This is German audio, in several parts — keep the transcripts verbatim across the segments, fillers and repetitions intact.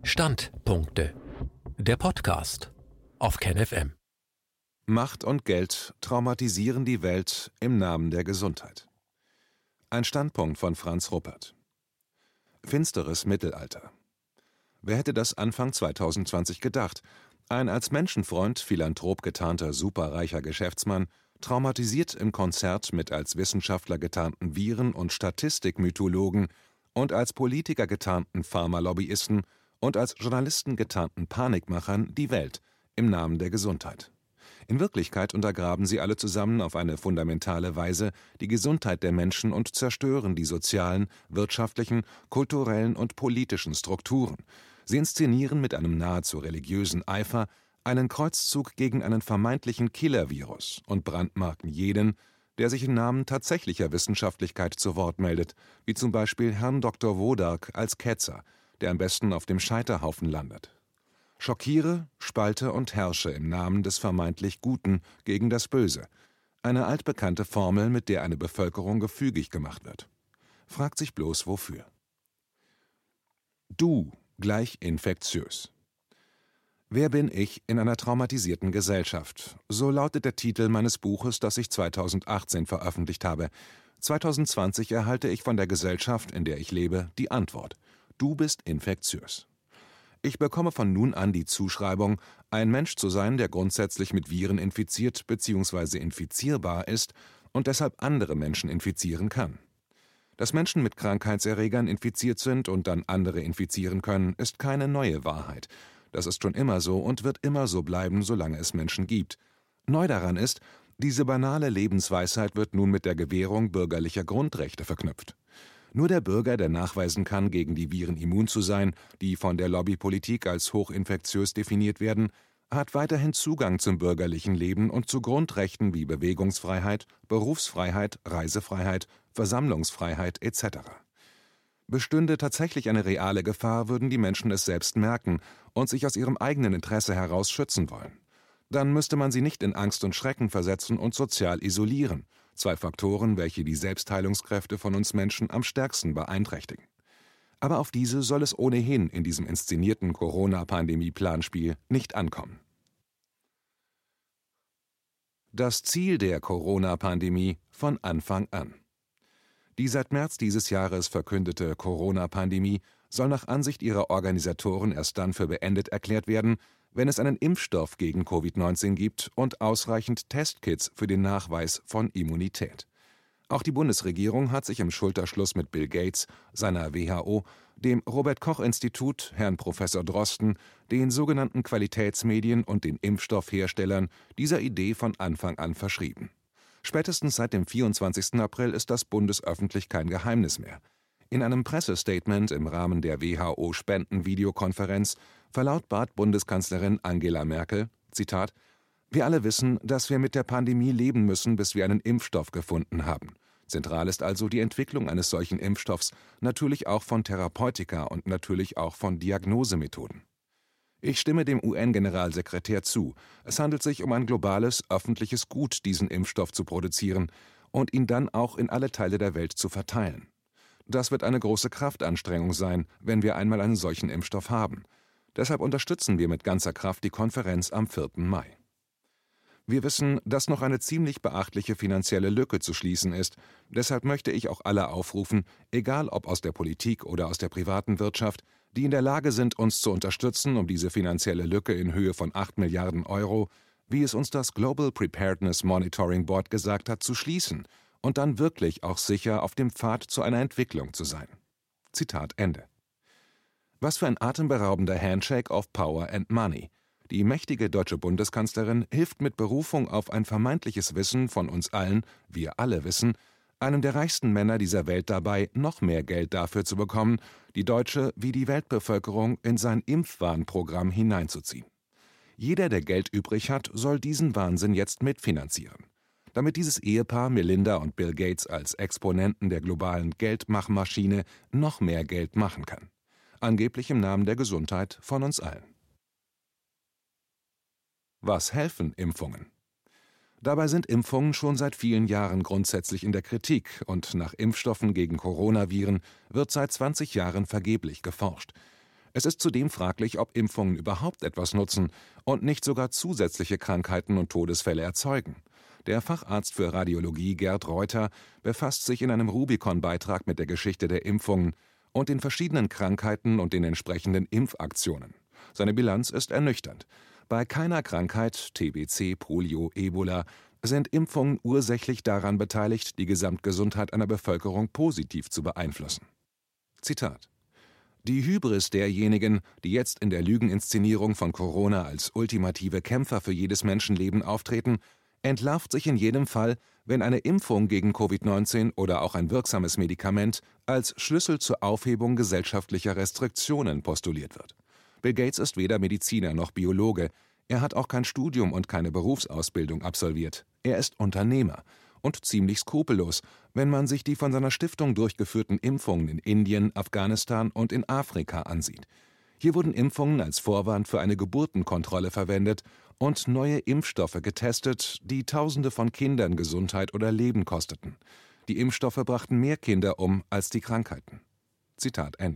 Standpunkte. Der Podcast auf KenFM. Macht und Geld traumatisieren die Welt im Namen der Gesundheit. Ein Standpunkt von Franz Ruppert. Finsteres Mittelalter. Wer hätte das Anfang zweitausendzwanzig gedacht? Ein als Menschenfreund, Philanthrop getarnter superreicher Geschäftsmann traumatisiert im Konzert mit als Wissenschaftler getarnten Viren- und Statistikmythologen und als Politiker getarnten Pharmalobbyisten und als Journalisten getarnten Panikmachern die Welt im Namen der Gesundheit. In Wirklichkeit untergraben sie alle zusammen auf eine fundamentale Weise die Gesundheit der Menschen und zerstören die sozialen, wirtschaftlichen, kulturellen und politischen Strukturen. Sie inszenieren mit einem nahezu religiösen Eifer einen Kreuzzug gegen einen vermeintlichen Killer-Virus und brandmarken jeden, der sich im Namen tatsächlicher Wissenschaftlichkeit zu Wort meldet, wie zum Beispiel Herrn Doktor Wodark als Ketzer, der am besten auf dem Scheiterhaufen landet. Schockiere, spalte und herrsche im Namen des vermeintlich Guten gegen das Böse. Eine altbekannte Formel, mit der eine Bevölkerung gefügig gemacht wird. Fragt sich bloß wofür. Du gleich infektiös. Wer bin ich in einer traumatisierten Gesellschaft? So lautet der Titel meines Buches, das ich zweitausendachtzehn veröffentlicht habe. zweitausendzwanzig erhalte ich von der Gesellschaft, in der ich lebe, die Antwort: Du bist infektiös. Ich bekomme von nun an die Zuschreibung, ein Mensch zu sein, der grundsätzlich mit Viren infiziert bzw. infizierbar ist und deshalb andere Menschen infizieren kann. Dass Menschen mit Krankheitserregern infiziert sind und dann andere infizieren können, ist keine neue Wahrheit. Das ist schon immer so und wird immer so bleiben, solange es Menschen gibt. Neu daran ist, diese banale Lebensweisheit wird nun mit der Gewährung bürgerlicher Grundrechte verknüpft. Nur der Bürger, der nachweisen kann, gegen die Viren immun zu sein, die von der Lobbypolitik als hochinfektiös definiert werden, hat weiterhin Zugang zum bürgerlichen Leben und zu Grundrechten wie Bewegungsfreiheit, Berufsfreiheit, Reisefreiheit, Versammlungsfreiheit et cetera. Bestünde tatsächlich eine reale Gefahr, würden die Menschen es selbst merken und sich aus ihrem eigenen Interesse heraus schützen wollen. Dann müsste man sie nicht in Angst und Schrecken versetzen und sozial isolieren, zwei Faktoren, welche die Selbstheilungskräfte von uns Menschen am stärksten beeinträchtigen. Aber auf diese soll es ohnehin in diesem inszenierten Corona-Pandemie-Planspiel nicht ankommen. Das Ziel der Corona-Pandemie von Anfang an. Die seit März dieses Jahres verkündete Corona-Pandemie soll nach Ansicht ihrer Organisatoren erst dann für beendet erklärt werden, wenn es einen Impfstoff gegen Covid neunzehn gibt und ausreichend Testkits für den Nachweis von Immunität. Auch die Bundesregierung hat sich im Schulterschluss mit Bill Gates, seiner W H O, dem Robert-Koch-Institut, Herrn Professor Drosten, den sogenannten Qualitätsmedien und den Impfstoffherstellern dieser Idee von Anfang an verschrieben. Spätestens seit dem vierundzwanzigsten April ist das bundesöffentlich kein Geheimnis mehr. In einem Pressestatement im Rahmen der W H O-Spendenvideokonferenz verlautbart Bundeskanzlerin Angela Merkel, Zitat, »Wir alle wissen, dass wir mit der Pandemie leben müssen, bis wir einen Impfstoff gefunden haben. Zentral ist also die Entwicklung eines solchen Impfstoffs, natürlich auch von Therapeutika und natürlich auch von Diagnosemethoden. Ich stimme dem U N-Generalsekretär zu. Es handelt sich um ein globales, öffentliches Gut, diesen Impfstoff zu produzieren und ihn dann auch in alle Teile der Welt zu verteilen. Das wird eine große Kraftanstrengung sein, wenn wir einmal einen solchen Impfstoff haben. Deshalb unterstützen wir mit ganzer Kraft die Konferenz am vierten Mai. Wir wissen, dass noch eine ziemlich beachtliche finanzielle Lücke zu schließen ist. Deshalb möchte ich auch alle aufrufen, egal ob aus der Politik oder aus der privaten Wirtschaft, die in der Lage sind, uns zu unterstützen, um diese finanzielle Lücke in Höhe von acht Milliarden Euro, wie es uns das Global Preparedness Monitoring Board gesagt hat, zu schließen und dann wirklich auch sicher auf dem Pfad zu einer Entwicklung zu sein. Zitat Ende. Was für ein atemberaubender Handshake of Power and Money. Die mächtige deutsche Bundeskanzlerin hilft mit Berufung auf ein vermeintliches Wissen von uns allen, wir alle wissen, einem der reichsten Männer dieser Welt dabei, noch mehr Geld dafür zu bekommen, die deutsche wie die Weltbevölkerung in sein Impfwarnprogramm hineinzuziehen. Jeder, der Geld übrig hat, soll diesen Wahnsinn jetzt mitfinanzieren. Damit dieses Ehepaar Melinda und Bill Gates als Exponenten der globalen Geldmachmaschine noch mehr Geld machen kann. Angeblich im Namen der Gesundheit von uns allen. Was helfen Impfungen? Dabei sind Impfungen schon seit vielen Jahren grundsätzlich in der Kritik und nach Impfstoffen gegen Coronaviren wird seit zwanzig Jahren vergeblich geforscht. Es ist zudem fraglich, ob Impfungen überhaupt etwas nutzen und nicht sogar zusätzliche Krankheiten und Todesfälle erzeugen. Der Facharzt für Radiologie Gerd Reuter befasst sich in einem Rubicon-Beitrag mit der Geschichte der Impfungen und den verschiedenen Krankheiten und den entsprechenden Impfaktionen. Seine Bilanz ist ernüchternd. Bei keiner Krankheit, T B C, Polio, Ebola, sind Impfungen ursächlich daran beteiligt, die Gesamtgesundheit einer Bevölkerung positiv zu beeinflussen. Zitat: Die Hybris derjenigen, die jetzt in der Lügeninszenierung von Corona als ultimative Kämpfer für jedes Menschenleben auftreten, entlarvt sich in jedem Fall, wenn eine Impfung gegen Covid neunzehn oder auch ein wirksames Medikament als Schlüssel zur Aufhebung gesellschaftlicher Restriktionen postuliert wird. Bill Gates ist weder Mediziner noch Biologe. Er hat auch kein Studium und keine Berufsausbildung absolviert. Er ist Unternehmer und ziemlich skrupellos, wenn man sich die von seiner Stiftung durchgeführten Impfungen in Indien, Afghanistan und in Afrika ansieht. Hier wurden Impfungen als Vorwand für eine Geburtenkontrolle verwendet und neue Impfstoffe getestet, die Tausende von Kindern Gesundheit oder Leben kosteten. Die Impfstoffe brachten mehr Kinder um als die Krankheiten. Zitat Ende.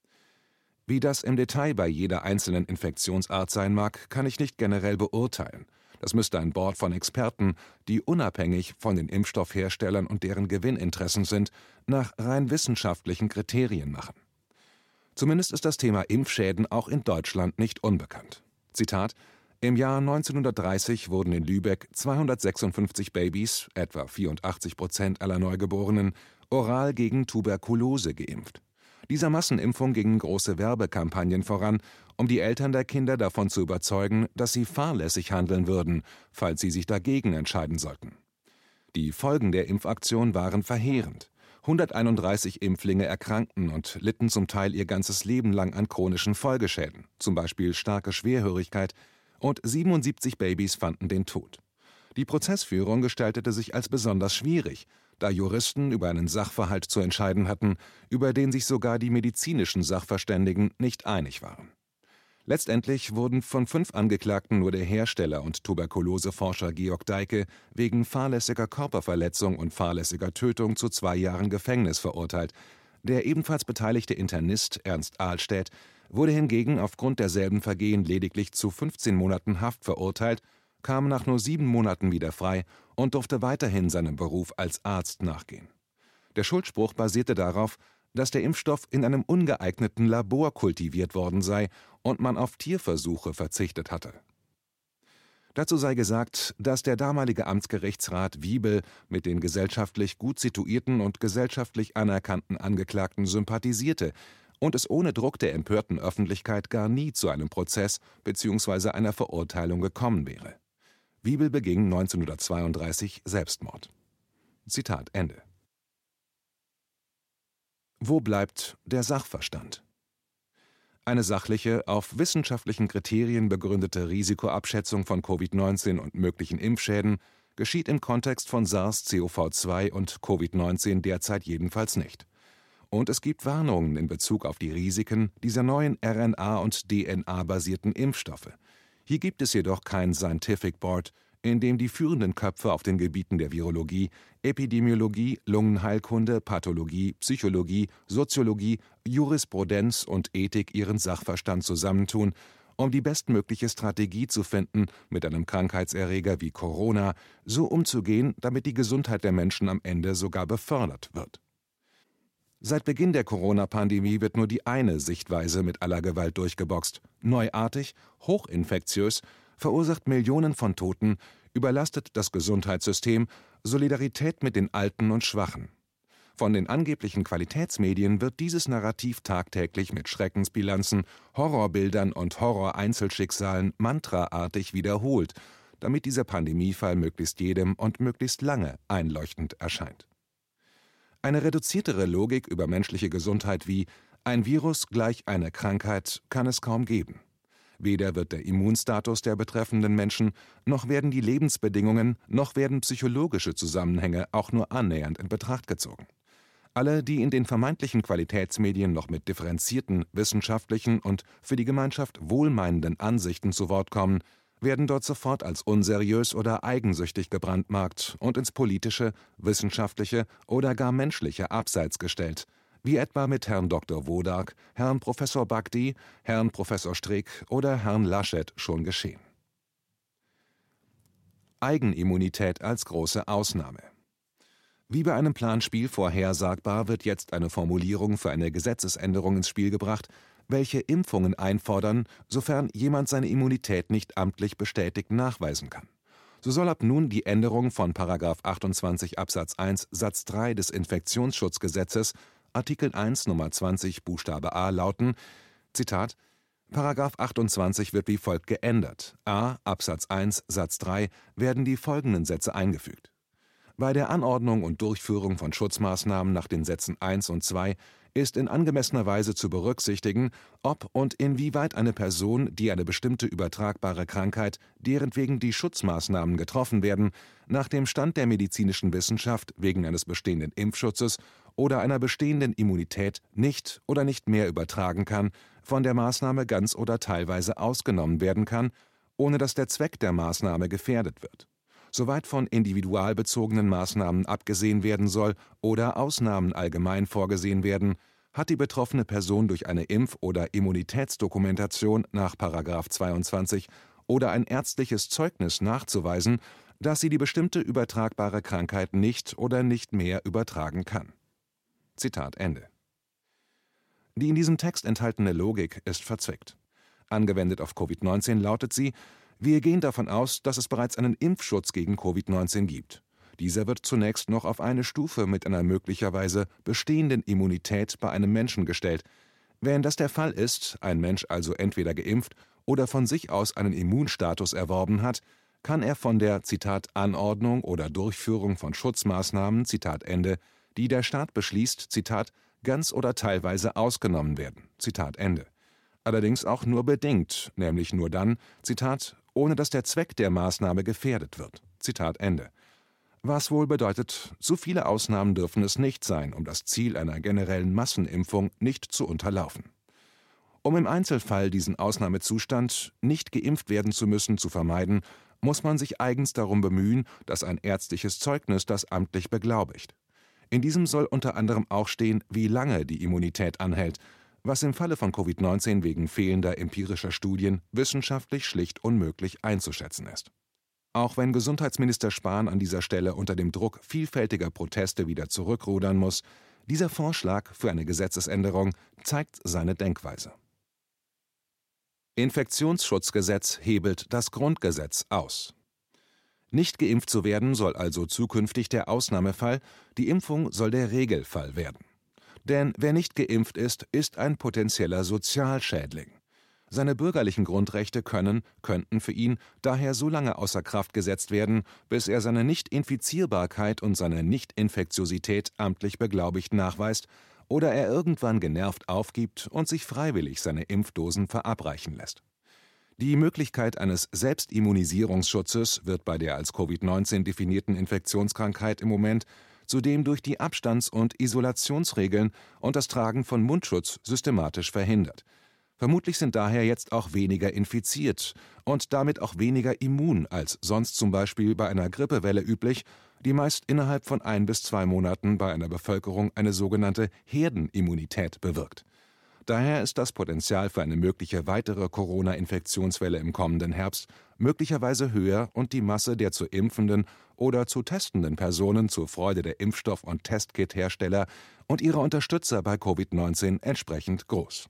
Wie das im Detail bei jeder einzelnen Infektionsart sein mag, kann ich nicht generell beurteilen. Das müsste ein Board von Experten, die unabhängig von den Impfstoffherstellern und deren Gewinninteressen sind, nach rein wissenschaftlichen Kriterien machen. Zumindest ist das Thema Impfschäden auch in Deutschland nicht unbekannt. Zitat: Im Jahr neunzehnhundertdreißig wurden in Lübeck zweihundertsechsundfünfzig Babys, etwa vierundachtzig Prozent aller Neugeborenen, oral gegen Tuberkulose geimpft. Dieser Massenimpfung gingen große Werbekampagnen voran, um die Eltern der Kinder davon zu überzeugen, dass sie fahrlässig handeln würden, falls sie sich dagegen entscheiden sollten. Die Folgen der Impfaktion waren verheerend. hunderteinunddreißig Impflinge erkrankten und litten zum Teil ihr ganzes Leben lang an chronischen Folgeschäden, zum Beispiel starke Schwerhörigkeit, und siebenundsiebzig Babys fanden den Tod. Die Prozessführung gestaltete sich als besonders schwierig, da Juristen über einen Sachverhalt zu entscheiden hatten, über den sich sogar die medizinischen Sachverständigen nicht einig waren. Letztendlich wurden von fünf Angeklagten nur der Hersteller und Tuberkuloseforscher Georg Deike wegen fahrlässiger Körperverletzung und fahrlässiger Tötung zu zwei Jahren Gefängnis verurteilt. Der ebenfalls beteiligte Internist Ernst Ahlstedt wurde hingegen aufgrund derselben Vergehen lediglich zu fünfzehn Monaten Haft verurteilt, kam nach nur sieben Monaten wieder frei und durfte weiterhin seinem Beruf als Arzt nachgehen. Der Schuldspruch basierte darauf, dass der Impfstoff in einem ungeeigneten Labor kultiviert worden sei und man auf Tierversuche verzichtet hatte. Dazu sei gesagt, dass der damalige Amtsgerichtsrat Wiebel mit den gesellschaftlich gut situierten und gesellschaftlich anerkannten Angeklagten sympathisierte und es ohne Druck der empörten Öffentlichkeit gar nie zu einem Prozess bzw. einer Verurteilung gekommen wäre. Wiebel beging neunzehnhundertzweiunddreißig Selbstmord. Zitat Ende. Wo bleibt der Sachverstand? Eine sachliche, auf wissenschaftlichen Kriterien begründete Risikoabschätzung von Covid neunzehn und möglichen Impfschäden geschieht im Kontext von SARS-C o V zwei und Covid neunzehn derzeit jedenfalls nicht. Und es gibt Warnungen in Bezug auf die Risiken dieser neuen R N A- und D N A-basierten Impfstoffe. Hier gibt es jedoch kein Scientific Board, in dem die führenden Köpfe auf den Gebieten der Virologie, Epidemiologie, Lungenheilkunde, Pathologie, Psychologie, Soziologie, Jurisprudenz und Ethik ihren Sachverstand zusammentun, um die bestmögliche Strategie zu finden, mit einem Krankheitserreger wie Corona so umzugehen, damit die Gesundheit der Menschen am Ende sogar befördert wird. Seit Beginn der Corona-Pandemie wird nur die eine Sichtweise mit aller Gewalt durchgeboxt: neuartig, hochinfektiös, verursacht Millionen von Toten, überlastet das Gesundheitssystem, Solidarität mit den Alten und Schwachen. Von den angeblichen Qualitätsmedien wird dieses Narrativ tagtäglich mit Schreckensbilanzen, Horrorbildern und Horror-Einzelschicksalen mantraartig wiederholt, damit dieser Pandemiefall möglichst jedem und möglichst lange einleuchtend erscheint. Eine reduziertere Logik über menschliche Gesundheit wie ein Virus gleich eine Krankheit kann es kaum geben. Weder wird der Immunstatus der betreffenden Menschen, noch werden die Lebensbedingungen, noch werden psychologische Zusammenhänge auch nur annähernd in Betracht gezogen. Alle, die in den vermeintlichen Qualitätsmedien noch mit differenzierten, wissenschaftlichen und für die Gemeinschaft wohlmeinenden Ansichten zu Wort kommen, werden dort sofort als unseriös oder eigensüchtig gebrandmarkt und ins politische, wissenschaftliche oder gar menschliche Abseits gestellt. wie etwa mit Herrn Doktor Wodak, Herrn Professor Bagdi, Herrn Professor Streeck oder Herrn Laschet schon geschehen. Eigenimmunität als große Ausnahme. Wie bei einem Planspiel vorhersagbar wird jetzt eine Formulierung für eine Gesetzesänderung ins Spiel gebracht, welche Impfungen einfordern, sofern jemand seine Immunität nicht amtlich bestätigt nachweisen kann. So soll ab nun die Änderung von Paragraph achtundzwanzig Absatz eins Satz drei des Infektionsschutzgesetzes, Artikel eins Nummer zwanzig Buchstabe a lauten, Zitat, Paragraph achtundzwanzig wird wie folgt geändert. A. Absatz eins Satz drei werden die folgenden Sätze eingefügt. Bei der Anordnung und Durchführung von Schutzmaßnahmen nach den Sätzen eins und zwei ist in angemessener Weise zu berücksichtigen, ob und inwieweit eine Person, die eine bestimmte übertragbare Krankheit, derentwegen die Schutzmaßnahmen getroffen werden, nach dem Stand der medizinischen Wissenschaft wegen eines bestehenden Impfschutzes oder einer bestehenden Immunität nicht oder nicht mehr übertragen kann, von der Maßnahme ganz oder teilweise ausgenommen werden kann, ohne dass der Zweck der Maßnahme gefährdet wird. Soweit von individualbezogenen Maßnahmen abgesehen werden soll oder Ausnahmen allgemein vorgesehen werden, hat die betroffene Person durch eine Impf- oder Immunitätsdokumentation nach Paragraph zweiundzwanzig oder ein ärztliches Zeugnis nachzuweisen, dass sie die bestimmte übertragbare Krankheit nicht oder nicht mehr übertragen kann. Zitat Ende. Die in diesem Text enthaltene Logik ist verzwickt. Angewendet auf Covid neunzehn lautet sie: Wir gehen davon aus, dass es bereits einen Impfschutz gegen Covid neunzehn gibt. Dieser wird zunächst noch auf eine Stufe mit einer möglicherweise bestehenden Immunität bei einem Menschen gestellt. Wenn das der Fall ist, ein Mensch also entweder geimpft oder von sich aus einen Immunstatus erworben hat, kann er von der Zitat Anordnung oder Durchführung von Schutzmaßnahmen, Zitat Ende, die der Staat beschließt, Zitat ganz oder teilweise ausgenommen werden, Zitat Ende. Allerdings auch nur bedingt, nämlich nur dann, Zitat, ohne dass der Zweck der Maßnahme gefährdet wird, Zitat Ende. Was wohl bedeutet, zu viele Ausnahmen dürfen es nicht sein, um das Ziel einer generellen Massenimpfung nicht zu unterlaufen. Um im Einzelfall diesen Ausnahmezustand, nicht geimpft werden zu müssen, zu vermeiden, muss man sich eigens darum bemühen, dass ein ärztliches Zeugnis das amtlich beglaubigt. In diesem soll unter anderem auch stehen, wie lange die Immunität anhält, was im Falle von Covid neunzehn wegen fehlender empirischer Studien wissenschaftlich schlicht unmöglich einzuschätzen ist. Auch wenn Gesundheitsminister Spahn an dieser Stelle unter dem Druck vielfältiger Proteste wieder zurückrudern muss, dieser Vorschlag für eine Gesetzesänderung zeigt seine Denkweise. Infektionsschutzgesetz hebelt das Grundgesetz aus. Nicht geimpft zu werden soll also zukünftig der Ausnahmefall, die Impfung soll der Regelfall werden. Denn wer nicht geimpft ist, ist ein potenzieller Sozialschädling. Seine bürgerlichen Grundrechte können, könnten für ihn daher so lange außer Kraft gesetzt werden, bis er seine Nicht-Infizierbarkeit und seine Nicht-Infektiosität amtlich beglaubigt nachweist oder er irgendwann genervt aufgibt und sich freiwillig seine Impfdosen verabreichen lässt. Die Möglichkeit eines Selbstimmunisierungsschutzes wird bei der als Covid neunzehn definierten Infektionskrankheit im Moment zudem durch die Abstands- und Isolationsregeln und das Tragen von Mundschutz systematisch verhindert. Vermutlich sind daher jetzt auch weniger infiziert und damit auch weniger immun als sonst zum Beispiel bei einer Grippewelle üblich, die meist innerhalb von ein bis zwei Monaten bei einer Bevölkerung eine sogenannte Herdenimmunität bewirkt. Daher ist das Potenzial für eine mögliche weitere Corona-Infektionswelle im kommenden Herbst möglicherweise höher und die Masse der zu impfenden oder zu testenden Personen zur Freude der Impfstoff- und Testkit-Hersteller und ihrer Unterstützer bei Covid neunzehn entsprechend groß.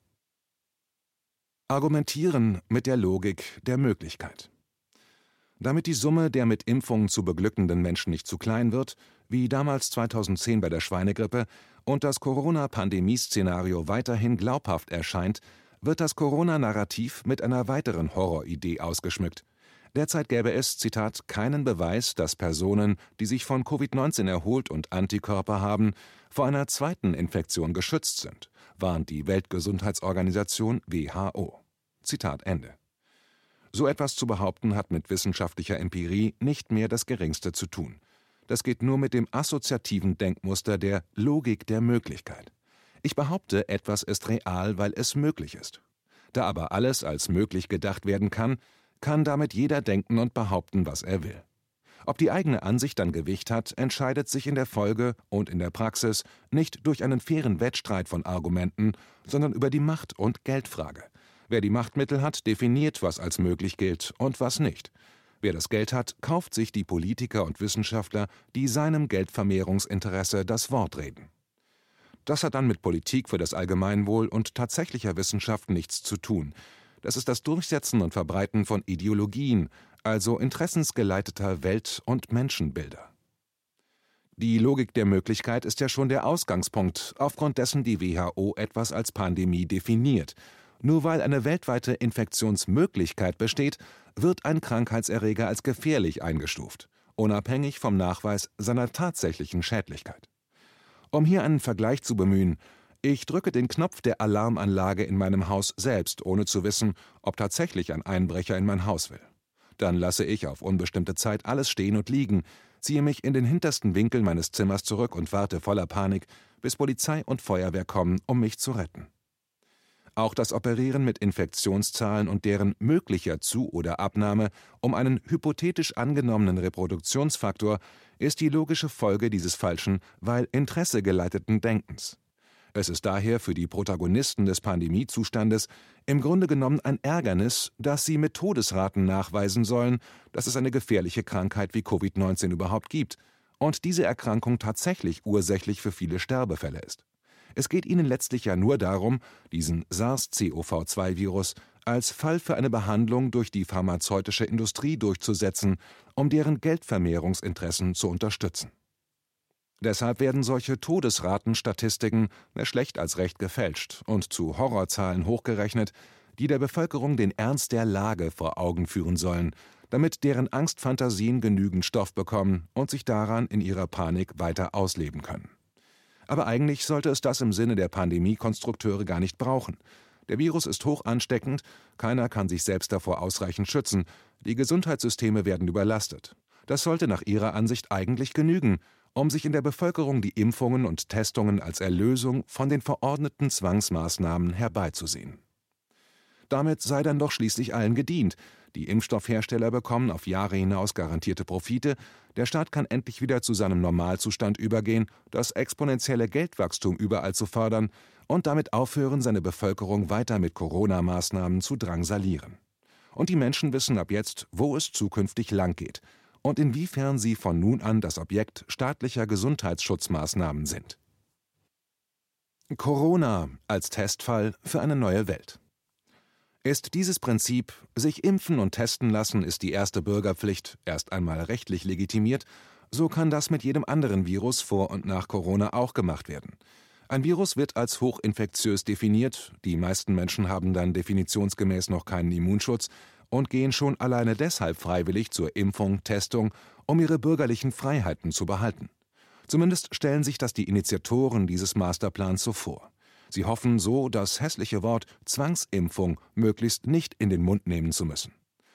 Argumentieren mit der Logik der Möglichkeit. Damit die Summe der mit Impfungen zu beglückenden Menschen nicht zu klein wird, wie damals zweitausendzehn bei der Schweinegrippe, und das Corona-Pandemie-Szenario weiterhin glaubhaft erscheint, wird das Corona-Narrativ mit einer weiteren Horroridee ausgeschmückt. Derzeit gäbe es, Zitat, keinen Beweis, dass Personen, die sich von Covid neunzehn erholt und Antikörper haben, vor einer zweiten Infektion geschützt sind, warnt die Weltgesundheitsorganisation W H O. Zitat Ende. So etwas zu behaupten, hat mit wissenschaftlicher Empirie nicht mehr das Geringste zu tun. Das geht nur mit dem assoziativen Denkmuster der Logik der Möglichkeit. Ich behaupte, etwas ist real, weil es möglich ist. Da aber alles als möglich gedacht werden kann, kann damit jeder denken und behaupten, was er will. Ob die eigene Ansicht dann Gewicht hat, entscheidet sich in der Folge und in der Praxis nicht durch einen fairen Wettstreit von Argumenten, sondern über die Macht- und Geldfrage. Wer die Machtmittel hat, definiert, was als möglich gilt und was nicht. Wer das Geld hat, kauft sich die Politiker und Wissenschaftler, die seinem Geldvermehrungsinteresse das Wort reden. Das hat dann mit Politik für das Allgemeinwohl und tatsächlicher Wissenschaft nichts zu tun. Das ist das Durchsetzen und Verbreiten von Ideologien, also interessensgeleiteter Welt- und Menschenbilder. Die Logik der Möglichkeit ist ja schon der Ausgangspunkt, aufgrund dessen die W H O etwas als Pandemie definiert. Nur weil eine weltweite Infektionsmöglichkeit besteht, wird ein Krankheitserreger als gefährlich eingestuft, unabhängig vom Nachweis seiner tatsächlichen Schädlichkeit. Um hier einen Vergleich zu bemühen: Ich drücke den Knopf der Alarmanlage in meinem Haus selbst, ohne zu wissen, ob tatsächlich ein Einbrecher in mein Haus will. Dann lasse ich auf unbestimmte Zeit alles stehen und liegen, ziehe mich in den hintersten Winkel meines Zimmers zurück und warte voller Panik, bis Polizei und Feuerwehr kommen, um mich zu retten. Auch das Operieren mit Infektionszahlen und deren möglicher Zu- oder Abnahme um einen hypothetisch angenommenen Reproduktionsfaktor ist die logische Folge dieses falschen, weil Interesse geleiteten Denkens. Es ist daher für die Protagonisten des Pandemiezustandes im Grunde genommen ein Ärgernis, dass sie mit Todesraten nachweisen sollen, dass es eine gefährliche Krankheit wie Covid neunzehn überhaupt gibt und diese Erkrankung tatsächlich ursächlich für viele Sterbefälle ist. Es geht ihnen letztlich ja nur darum, diesen SARS-C o V zwei Virus als Fall für eine Behandlung durch die pharmazeutische Industrie durchzusetzen, um deren Geldvermehrungsinteressen zu unterstützen. Deshalb werden solche Todesratenstatistiken mehr schlecht als recht gefälscht und zu Horrorzahlen hochgerechnet, die der Bevölkerung den Ernst der Lage vor Augen führen sollen, damit deren Angstfantasien genügend Stoff bekommen und sich daran in ihrer Panik weiter ausleben können. Aber eigentlich sollte es das im Sinne der Pandemiekonstrukteure gar nicht brauchen. Der Virus ist hoch ansteckend, keiner kann sich selbst davor ausreichend schützen, die Gesundheitssysteme werden überlastet. Das sollte nach ihrer Ansicht eigentlich genügen, um sich in der Bevölkerung die Impfungen und Testungen als Erlösung von den verordneten Zwangsmaßnahmen herbeizusehen. Damit sei dann doch schließlich allen gedient. Die Impfstoffhersteller bekommen auf Jahre hinaus garantierte Profite, der Staat kann endlich wieder zu seinem Normalzustand übergehen, das exponentielle Geldwachstum überall zu fördern und damit aufhören, seine Bevölkerung weiter mit Corona-Maßnahmen zu drangsalieren. Und die Menschen wissen ab jetzt, wo es zukünftig lang geht und inwiefern sie von nun an das Objekt staatlicher Gesundheitsschutzmaßnahmen sind. Corona als Testfall für eine neue Welt. Ist dieses Prinzip, sich impfen und testen lassen, ist die erste Bürgerpflicht, erst einmal rechtlich legitimiert, so kann das mit jedem anderen Virus vor und nach Corona auch gemacht werden. Ein Virus wird als hochinfektiös definiert, die meisten Menschen haben dann definitionsgemäß noch keinen Immunschutz und gehen schon alleine deshalb freiwillig zur Impfung, Testung, um ihre bürgerlichen Freiheiten zu behalten. Zumindest stellen sich das die Initiatoren dieses Masterplans so vor. Sie hoffen so, das hässliche Wort Zwangsimpfung möglichst nicht in den Mund nehmen zu müssen.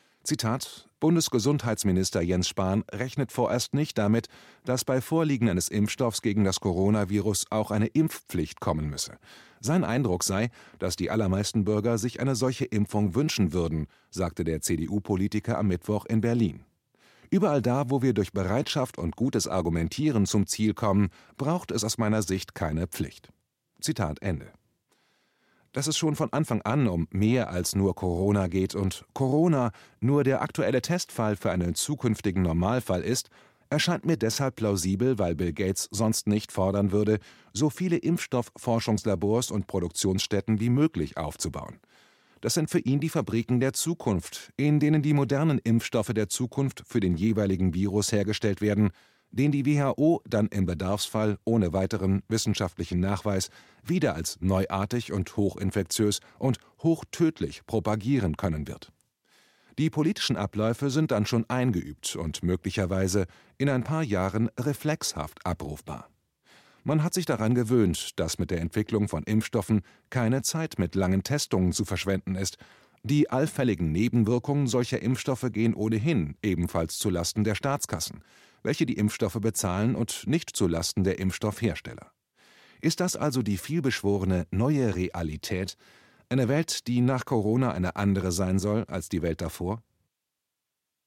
Zitat: Bundesgesundheitsminister Jens Spahn rechnet vorerst nicht damit, dass bei Vorliegen eines Impfstoffs gegen das Coronavirus auch eine Impfpflicht kommen müsse. Sein Eindruck sei, dass die allermeisten Bürger sich eine solche Impfung wünschen würden, sagte der C D U-Politiker am Mittwoch in Berlin. Überall da, wo wir durch Bereitschaft und gutes Argumentieren zum Ziel kommen, braucht es aus meiner Sicht keine Pflicht. Zitat Ende. Dass es schon von Anfang an um mehr als nur Corona geht und Corona nur der aktuelle Testfall für einen zukünftigen Normalfall ist, erscheint mir deshalb plausibel, weil Bill Gates sonst nicht fordern würde, so viele Impfstoffforschungslabors und Produktionsstätten wie möglich aufzubauen. Das sind für ihn die Fabriken der Zukunft, in denen die modernen Impfstoffe der Zukunft für den jeweiligen Virus hergestellt werden, den die W H O dann im Bedarfsfall ohne weiteren wissenschaftlichen Nachweis wieder als neuartig und hochinfektiös und hochtödlich propagieren können wird. Die politischen Abläufe sind dann schon eingeübt und möglicherweise in ein paar Jahren reflexhaft abrufbar. Man hat sich daran gewöhnt, dass mit der Entwicklung von Impfstoffen keine Zeit mit langen Testungen zu verschwenden ist. Die allfälligen Nebenwirkungen solcher Impfstoffe gehen ohnehin ebenfalls zu Lasten der Staatskassen, welche die Impfstoffe bezahlen und nicht zu Lasten der Impfstoffhersteller. Ist das also die vielbeschworene neue Realität, eine Welt, die nach Corona eine andere sein soll als die Welt davor?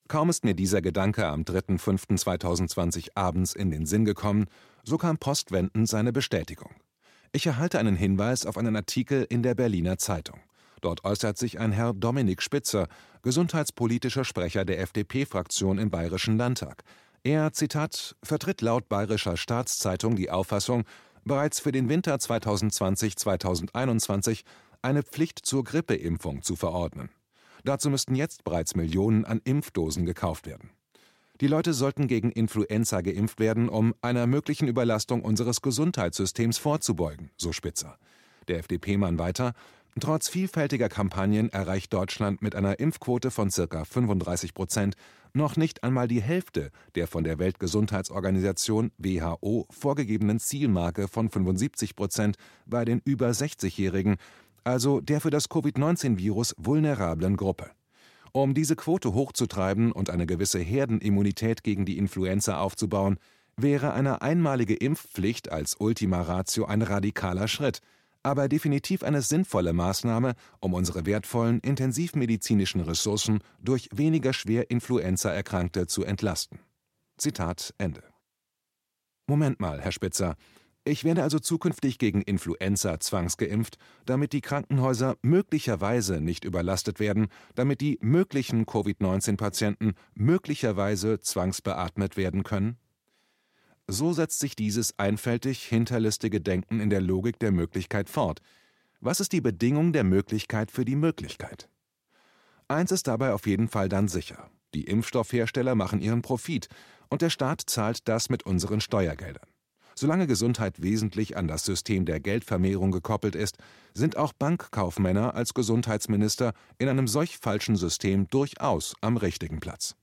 Kaum ist mir dieser Gedanke am dritter fünfter zweitausendzwanzig abends in den Sinn gekommen, so kam postwendend seine Bestätigung. Ich erhalte einen Hinweis auf einen Artikel in der Berliner Zeitung. Dort äußert sich ein Herr Dominik Spitzer, gesundheitspolitischer Sprecher der F D P-Fraktion im Bayerischen Landtag. Er, Zitat, vertritt laut Bayerischer Staatszeitung die Auffassung, bereits für den Winter zweitausendzwanzig zweitausendeinundzwanzig eine Pflicht zur Grippeimpfung zu verordnen. Dazu müssten jetzt bereits Millionen an Impfdosen gekauft werden. Die Leute sollten gegen Influenza geimpft werden, um einer möglichen Überlastung unseres Gesundheitssystems vorzubeugen, so Spitzer. Der F D P-Mann weiter: Trotz vielfältiger Kampagnen erreicht Deutschland mit einer Impfquote von ca. fünfunddreißig Prozent noch nicht einmal die Hälfte der von der Weltgesundheitsorganisation W H O vorgegebenen Zielmarke von fünfundsiebzig Prozent bei den über sechzigjährigen, also der für das Covid neunzehn Virus vulnerablen Gruppe. Um diese Quote hochzutreiben und eine gewisse Herdenimmunität gegen die Influenza aufzubauen, wäre eine einmalige Impfpflicht als Ultima Ratio ein radikaler Schritt, aber definitiv eine sinnvolle Maßnahme, um unsere wertvollen intensivmedizinischen Ressourcen durch weniger schwer Influenza-Erkrankte zu entlasten. Zitat Ende. Moment mal, Herr Spitzer. Ich werde also zukünftig gegen Influenza zwangsgeimpft, damit die Krankenhäuser möglicherweise nicht überlastet werden, damit die möglichen Covid neunzehn Patienten möglicherweise zwangsbeatmet werden können? So setzt sich dieses einfältig hinterlistige Denken in der Logik der Möglichkeit fort. Was ist die Bedingung der Möglichkeit für die Möglichkeit? Eins ist dabei auf jeden Fall dann sicher: Die Impfstoffhersteller machen ihren Profit und der Staat zahlt das mit unseren Steuergeldern. Solange Gesundheit wesentlich an das System der Geldvermehrung gekoppelt ist, sind auch Bankkaufmänner als Gesundheitsminister in einem solch falschen System durchaus am richtigen Platz.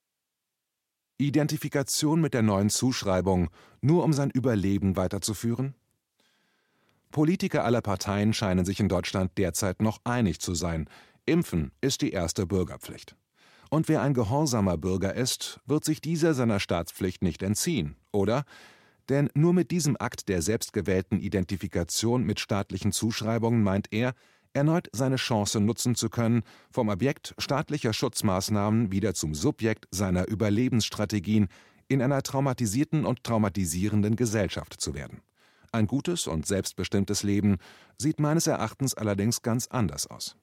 Identifikation mit der neuen Zuschreibung, nur um sein Überleben weiterzuführen? Politiker aller Parteien scheinen sich in Deutschland derzeit noch einig zu sein: Impfen ist die erste Bürgerpflicht. Und wer ein gehorsamer Bürger ist, wird sich dieser seiner Staatspflicht nicht entziehen, oder? Denn nur mit diesem Akt der selbstgewählten Identifikation mit staatlichen Zuschreibungen meint er, erneut seine Chance nutzen zu können, vom Objekt staatlicher Schutzmaßnahmen wieder zum Subjekt seiner Überlebensstrategien in einer traumatisierten und traumatisierenden Gesellschaft zu werden. Ein gutes und selbstbestimmtes Leben sieht meines Erachtens allerdings ganz anders aus.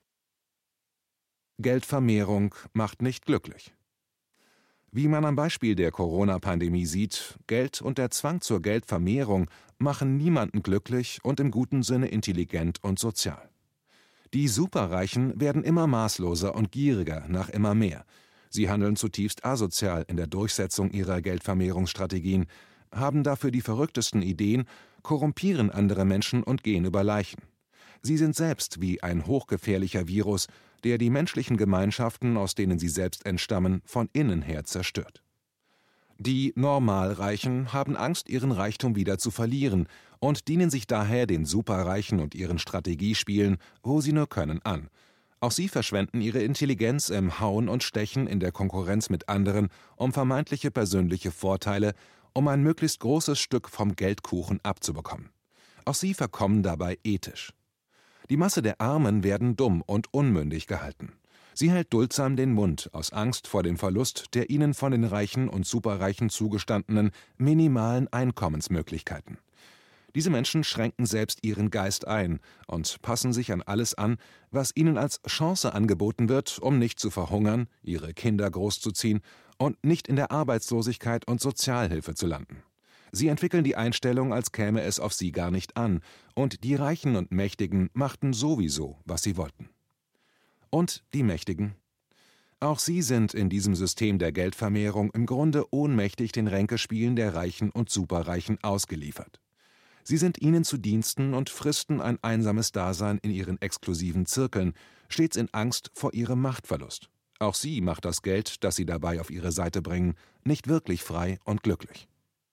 Geldvermehrung macht nicht glücklich. Wie man am Beispiel der Corona-Pandemie sieht, Geld und der Zwang zur Geldvermehrung machen niemanden glücklich und im guten Sinne intelligent und sozial. Die Superreichen werden immer maßloser und gieriger nach immer mehr. Sie handeln zutiefst asozial in der Durchsetzung ihrer Geldvermehrungsstrategien, haben dafür die verrücktesten Ideen, korrumpieren andere Menschen und gehen über Leichen. Sie sind selbst wie ein hochgefährlicher Virus, der die menschlichen Gemeinschaften, aus denen sie selbst entstammen, von innen her zerstört. Die Normalreichen haben Angst, ihren Reichtum wieder zu verlieren und dienen sich daher den Superreichen und ihren Strategiespielen, wo sie nur können, an. Auch sie verschwenden ihre Intelligenz im Hauen und Stechen in der Konkurrenz mit anderen um vermeintliche persönliche Vorteile, um ein möglichst großes Stück vom Geldkuchen abzubekommen. Auch sie verkommen dabei ethisch. Die Masse der Armen werden dumm und unmündig gehalten. Sie hält duldsam den Mund aus Angst vor dem Verlust der ihnen von den Reichen und Superreichen zugestandenen minimalen Einkommensmöglichkeiten. Diese Menschen schränken selbst ihren Geist ein und passen sich an alles an, was ihnen als Chance angeboten wird, um nicht zu verhungern, ihre Kinder großzuziehen und nicht in der Arbeitslosigkeit und Sozialhilfe zu landen. Sie entwickeln die Einstellung, als käme es auf sie gar nicht an, und die Reichen und Mächtigen machten sowieso, was sie wollten. Und die Mächtigen? Auch sie sind in diesem System der Geldvermehrung im Grunde ohnmächtig den Ränkespielen der Reichen und Superreichen ausgeliefert. Sie sind ihnen zu Diensten und fristen ein einsames Dasein in ihren exklusiven Zirkeln, stets in Angst vor ihrem Machtverlust. Auch sie macht das Geld, das sie dabei auf ihre Seite bringen, nicht wirklich frei und glücklich.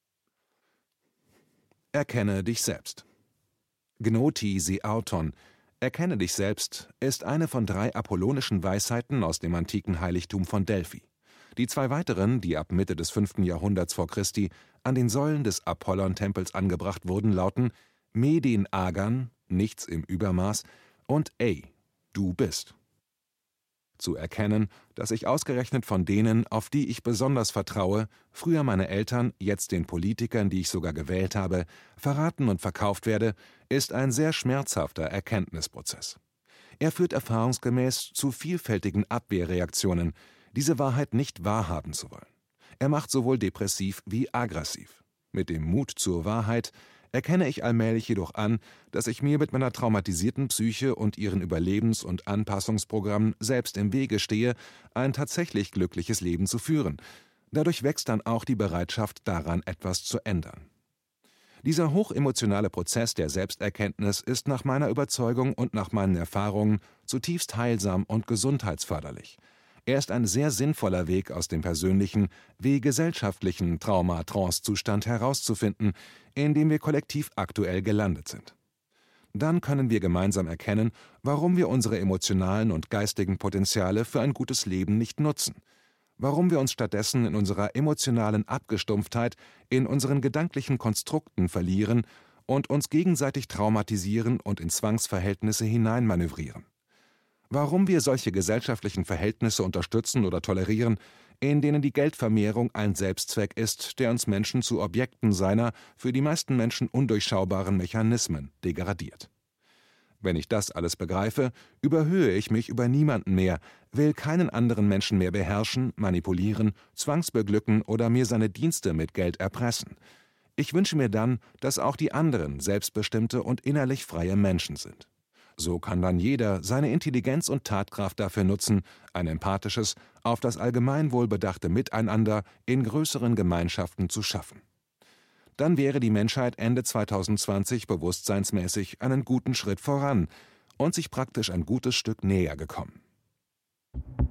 Erkenne dich selbst. Gnoti se auton, erkenne dich selbst, ist eine von drei apollonischen Weisheiten aus dem antiken Heiligtum von Delphi. Die zwei weiteren, die ab Mitte des fünften Jahrhunderts vor Christi an den Säulen des Apollon-Tempels angebracht wurden, lauten Medin agan, nichts im Übermaß, und Ei, du bist. zu erkennen, dass ich ausgerechnet von denen, auf die ich besonders vertraue, früher meine Eltern, jetzt den Politikern, die ich sogar gewählt habe, verraten und verkauft werde, ist ein sehr schmerzhafter Erkenntnisprozess. Er führt erfahrungsgemäß zu vielfältigen Abwehrreaktionen, diese Wahrheit nicht wahrhaben zu wollen. Er macht sowohl depressiv wie aggressiv. Mit dem Mut zur Wahrheit erkenne ich allmählich jedoch an, dass ich mir mit meiner traumatisierten Psyche und ihren Überlebens- und Anpassungsprogrammen selbst im Wege stehe, ein tatsächlich glückliches Leben zu führen. Dadurch wächst dann auch die Bereitschaft daran, etwas zu ändern. Dieser hochemotionale Prozess der Selbsterkenntnis ist nach meiner Überzeugung und nach meinen Erfahrungen zutiefst heilsam und gesundheitsförderlich. Er ist ein sehr sinnvoller Weg aus dem persönlichen wie gesellschaftlichen Trauma-Trance-Zustand herauszufinden, in dem wir kollektiv aktuell gelandet sind. Dann können wir gemeinsam erkennen, warum wir unsere emotionalen und geistigen Potenziale für ein gutes Leben nicht nutzen, warum wir uns stattdessen in unserer emotionalen Abgestumpftheit, in unseren gedanklichen Konstrukten verlieren und uns gegenseitig traumatisieren und in Zwangsverhältnisse hineinmanövrieren. Warum wir solche gesellschaftlichen Verhältnisse unterstützen oder tolerieren, in denen die Geldvermehrung ein Selbstzweck ist, der uns Menschen zu Objekten seiner für die meisten Menschen undurchschaubaren Mechanismen degradiert. Wenn ich das alles begreife, überhöhe ich mich über niemanden mehr, will keinen anderen Menschen mehr beherrschen, manipulieren, zwangsbeglücken oder mir seine Dienste mit Geld erpressen. Ich wünsche mir dann, dass auch die anderen selbstbestimmte und innerlich freie Menschen sind. So kann dann jeder seine Intelligenz und Tatkraft dafür nutzen, ein empathisches, auf das Allgemeinwohl bedachte Miteinander in größeren Gemeinschaften zu schaffen. Dann wäre die Menschheit Ende zweitausendzwanzig bewusstseinsmäßig einen guten Schritt voran und sich praktisch ein gutes Stück näher gekommen.